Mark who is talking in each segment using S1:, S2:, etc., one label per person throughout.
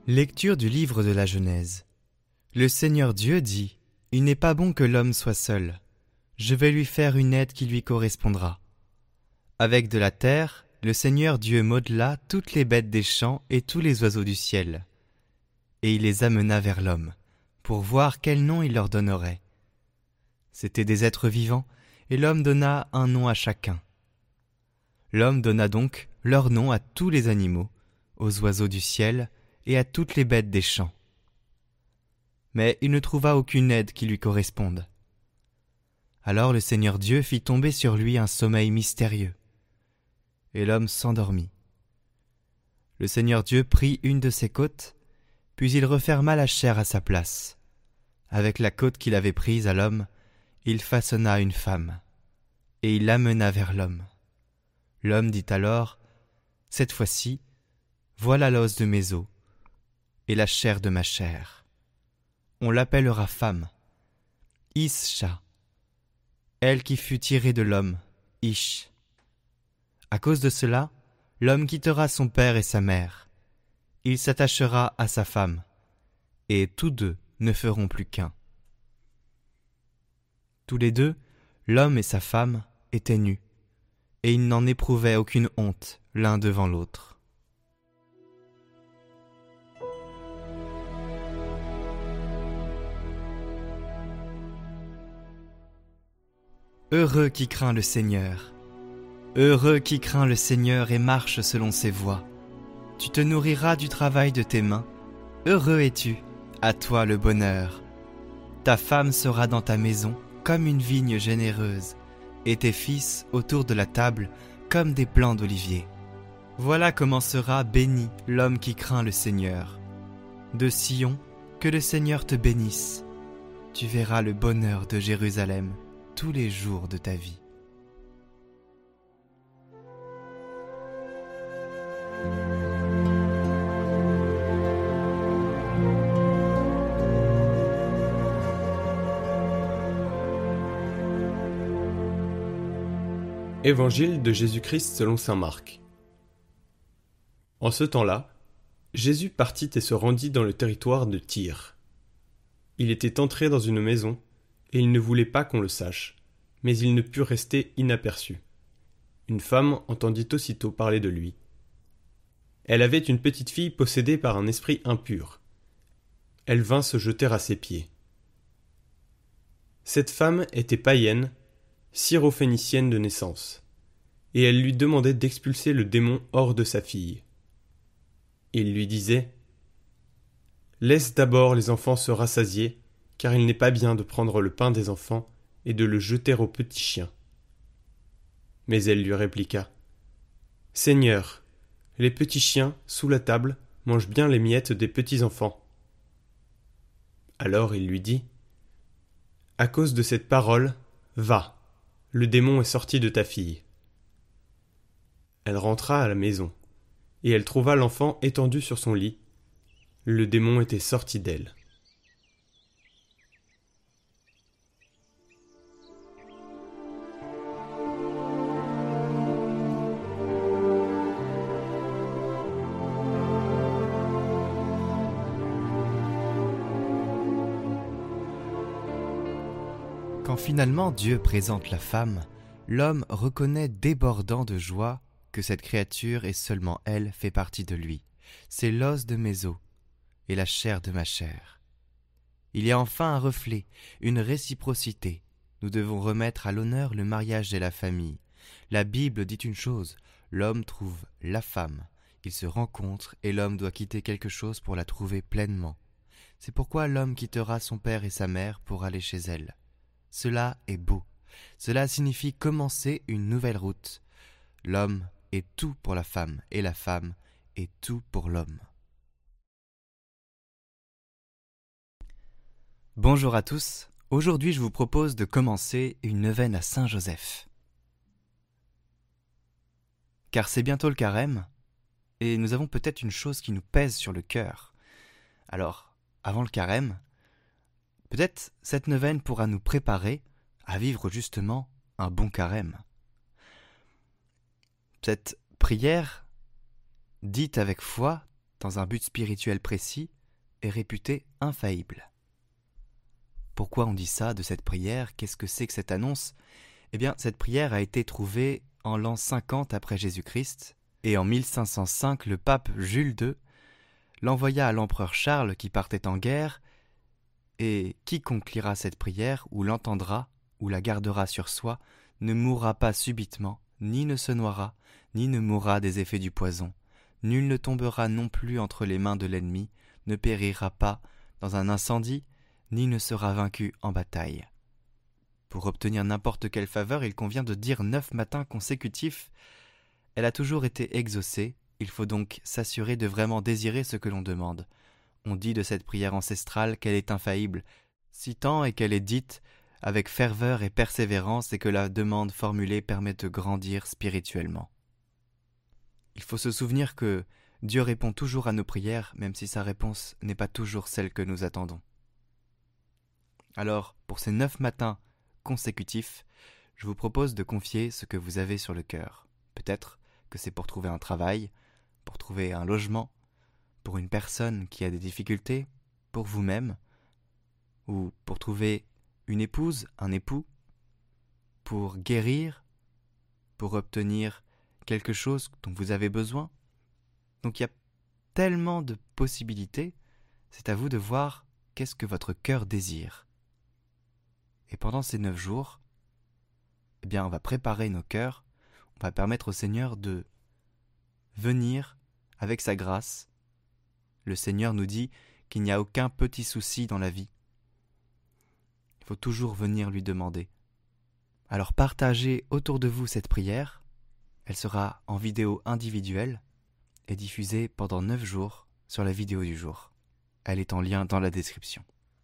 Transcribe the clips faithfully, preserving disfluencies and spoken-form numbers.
S1: Lecture du livre de la Genèse. Le Seigneur Dieu dit : « Il n'est pas bon que l'homme soit seul. Je vais lui faire une aide qui lui correspondra. » Avec de la terre, le Seigneur Dieu modela toutes les bêtes des champs et tous les oiseaux du ciel. Et il les amena vers l'homme, pour voir quel nom il leur donnerait. C'étaient des êtres vivants, et l'homme donna un nom à chacun. L'homme donna donc leur nom à tous les animaux, aux oiseaux du ciel et à toutes les bêtes des champs. Mais il ne trouva aucune aide qui lui corresponde. Alors le Seigneur Dieu fit tomber sur lui un sommeil mystérieux, et l'homme s'endormit. Le Seigneur Dieu prit une de ses côtes, puis il referma la chair à sa place. Avec la côte qu'il avait prise à l'homme, il façonna une femme, et il l'amena vers l'homme. L'homme dit alors : « Cette fois-ci, voilà l'os de mes os, et la chair de ma chair. On l'appellera femme, Isha, elle qui fut tirée de l'homme, Ish. À cause de cela, l'homme quittera son père et sa mère. Il s'attachera à sa femme, et tous deux ne feront plus qu'un. » Tous les deux, l'homme et sa femme, étaient nus, et ils n'en éprouvaient aucune honte l'un devant l'autre. Heureux qui craint le Seigneur. Heureux qui craint le Seigneur et marche selon ses voies. Tu te nourriras du travail de tes mains. Heureux es-tu, à toi le bonheur. Ta femme sera dans ta maison comme une vigne généreuse, et tes fils autour de la table comme des plants d'olivier. Voilà comment sera béni l'homme qui craint le Seigneur. De Sion, que le Seigneur te bénisse. Tu verras le bonheur de Jérusalem tous les jours de ta vie.
S2: Évangile de Jésus-Christ selon saint Marc. En ce temps-là, Jésus partit et se rendit dans le territoire de Tyr. Il était entré dans une maison, et il ne voulait pas qu'on le sache, mais il ne put rester inaperçu. Une femme entendit aussitôt parler de lui. Elle avait une petite fille possédée par un esprit impur. Elle vint se jeter à ses pieds. Cette femme était païenne, syrophénicienne de naissance, et elle lui demandait d'expulser le démon hors de sa fille. Il lui disait : « Laisse d'abord les enfants se rassasier, car il n'est pas bien de prendre le pain des enfants et de le jeter aux petits chiens. » Mais elle lui répliqua : « Seigneur, les petits chiens, sous la table, mangent bien les miettes des petits enfants. » Alors il lui dit : « À cause de cette parole, va, le démon est sorti de ta fille. » Elle rentra à la maison, et elle trouva l'enfant étendu sur son lit. Le démon était sorti d'elle.
S1: Quand finalement Dieu présente la femme, l'homme reconnaît débordant de joie que cette créature et seulement elle fait partie de lui. C'est l'os de mes os et la chair de ma chair. Il y a enfin un reflet, une réciprocité. Nous devons remettre à l'honneur le mariage et la famille. La Bible dit une chose, l'homme trouve la femme. Ils se rencontrent et l'homme doit quitter quelque chose pour la trouver pleinement. C'est pourquoi l'homme quittera son père et sa mère pour aller chez elle. Cela est beau. Cela signifie commencer une nouvelle route. L'homme est tout pour la femme et la femme est tout pour l'homme. Bonjour à tous. Aujourd'hui, je vous propose de commencer une neuvaine à Saint Joseph. Car c'est bientôt le carême et nous avons peut-être une chose qui nous pèse sur le cœur. Alors, avant le carême, peut-être cette neuvaine pourra nous préparer à vivre justement un bon carême. Cette prière, dite avec foi, dans un but spirituel précis, est réputée infaillible. Pourquoi on dit ça de cette prière? Qu'est-ce que c'est que cette annonce? Eh bien, cette prière a été trouvée en l'an cinquante après Jésus-Christ, et en mille cinq cent cinq, le pape Jules deux l'envoya à l'empereur Charles qui partait en guerre, et quiconque lira cette prière, ou l'entendra, ou la gardera sur soi, ne mourra pas subitement, ni ne se noiera, ni ne mourra des effets du poison. Nul ne tombera non plus entre les mains de l'ennemi, ne périra pas dans un incendie, ni ne sera vaincu en bataille. Pour obtenir n'importe quelle faveur, il convient de dire neuf matins consécutifs. Elle a toujours été exaucée, il faut donc s'assurer de vraiment désirer ce que l'on demande. On dit de cette prière ancestrale qu'elle est infaillible, si tant est qu'elle est dite avec ferveur et persévérance et que la demande formulée permet de grandir spirituellement. Il faut se souvenir que Dieu répond toujours à nos prières, même si sa réponse n'est pas toujours celle que nous attendons. Alors, pour ces neuf matins consécutifs, je vous propose de confier ce que vous avez sur le cœur. Peut-être que c'est pour trouver un travail, pour trouver un logement, pour une personne qui a des difficultés, pour vous-même, ou pour trouver une épouse, un époux, pour guérir, pour obtenir quelque chose dont vous avez besoin. Donc il y a tellement de possibilités, c'est à vous de voir qu'est-ce que votre cœur désire. Et pendant ces neuf jours, eh bien on va préparer nos cœurs, on va permettre au Seigneur de venir avec sa grâce. Le Seigneur nous dit qu'il n'y a aucun petit souci dans la vie. Il faut toujours venir lui demander. Alors partagez autour de vous cette prière. Elle sera en vidéo individuelle et diffusée pendant neuf jours sur la vidéo du jour. Elle est en lien dans la description.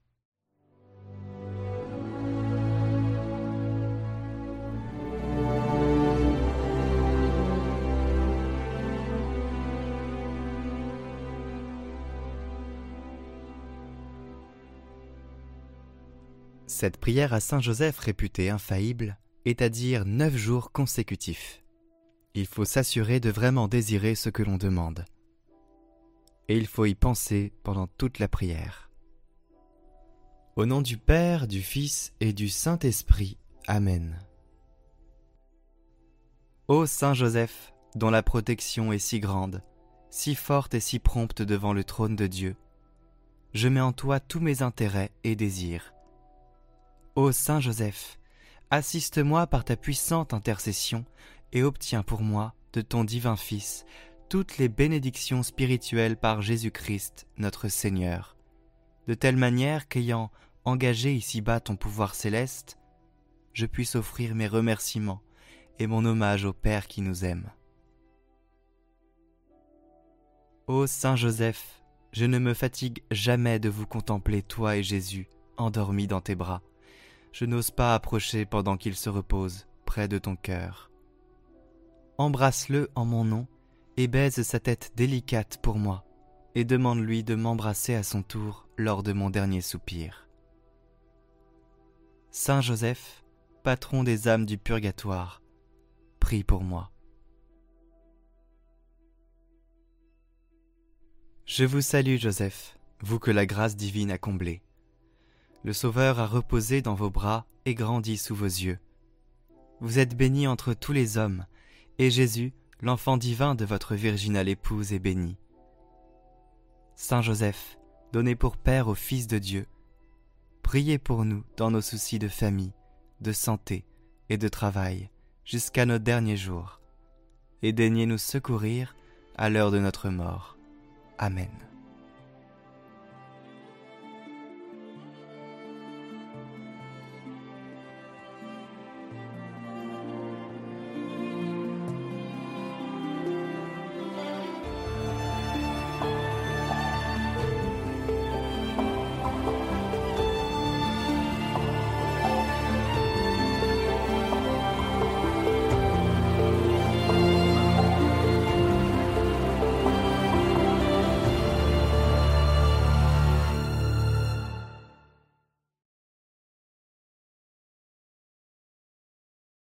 S1: Cette prière à Saint Joseph réputée infaillible est à dire neuf jours consécutifs. Il faut s'assurer de vraiment désirer ce que l'on demande. Et il faut y penser pendant toute la prière. Au nom du Père, du Fils et du Saint-Esprit. Amen. Ô Saint Joseph, dont la protection est si grande, si forte et si prompte devant le trône de Dieu, je mets en toi tous mes intérêts et désirs. Ô Saint Joseph, assiste-moi par ta puissante intercession et obtiens pour moi, de ton divin Fils, toutes les bénédictions spirituelles par Jésus-Christ, notre Seigneur, de telle manière qu'ayant engagé ici-bas ton pouvoir céleste, je puisse offrir mes remerciements et mon hommage au Père qui nous aime. Ô Saint Joseph, je ne me fatigue jamais de vous contempler, toi et Jésus, endormis dans tes bras. Je n'ose pas approcher pendant qu'il se repose près de ton cœur. Embrasse-le en mon nom et baise sa tête délicate pour moi et demande-lui de m'embrasser à son tour lors de mon dernier soupir. Saint Joseph, patron des âmes du purgatoire, prie pour moi. Je vous salue Joseph, vous que la grâce divine a comblé. Le Sauveur a reposé dans vos bras et grandi sous vos yeux. Vous êtes béni entre tous les hommes, et Jésus, l'enfant divin de votre virginale épouse, est béni. Saint Joseph, donné pour Père au Fils de Dieu, priez pour nous dans nos soucis de famille, de santé et de travail, jusqu'à nos derniers jours, et daignez nous secourir à l'heure de notre mort. Amen.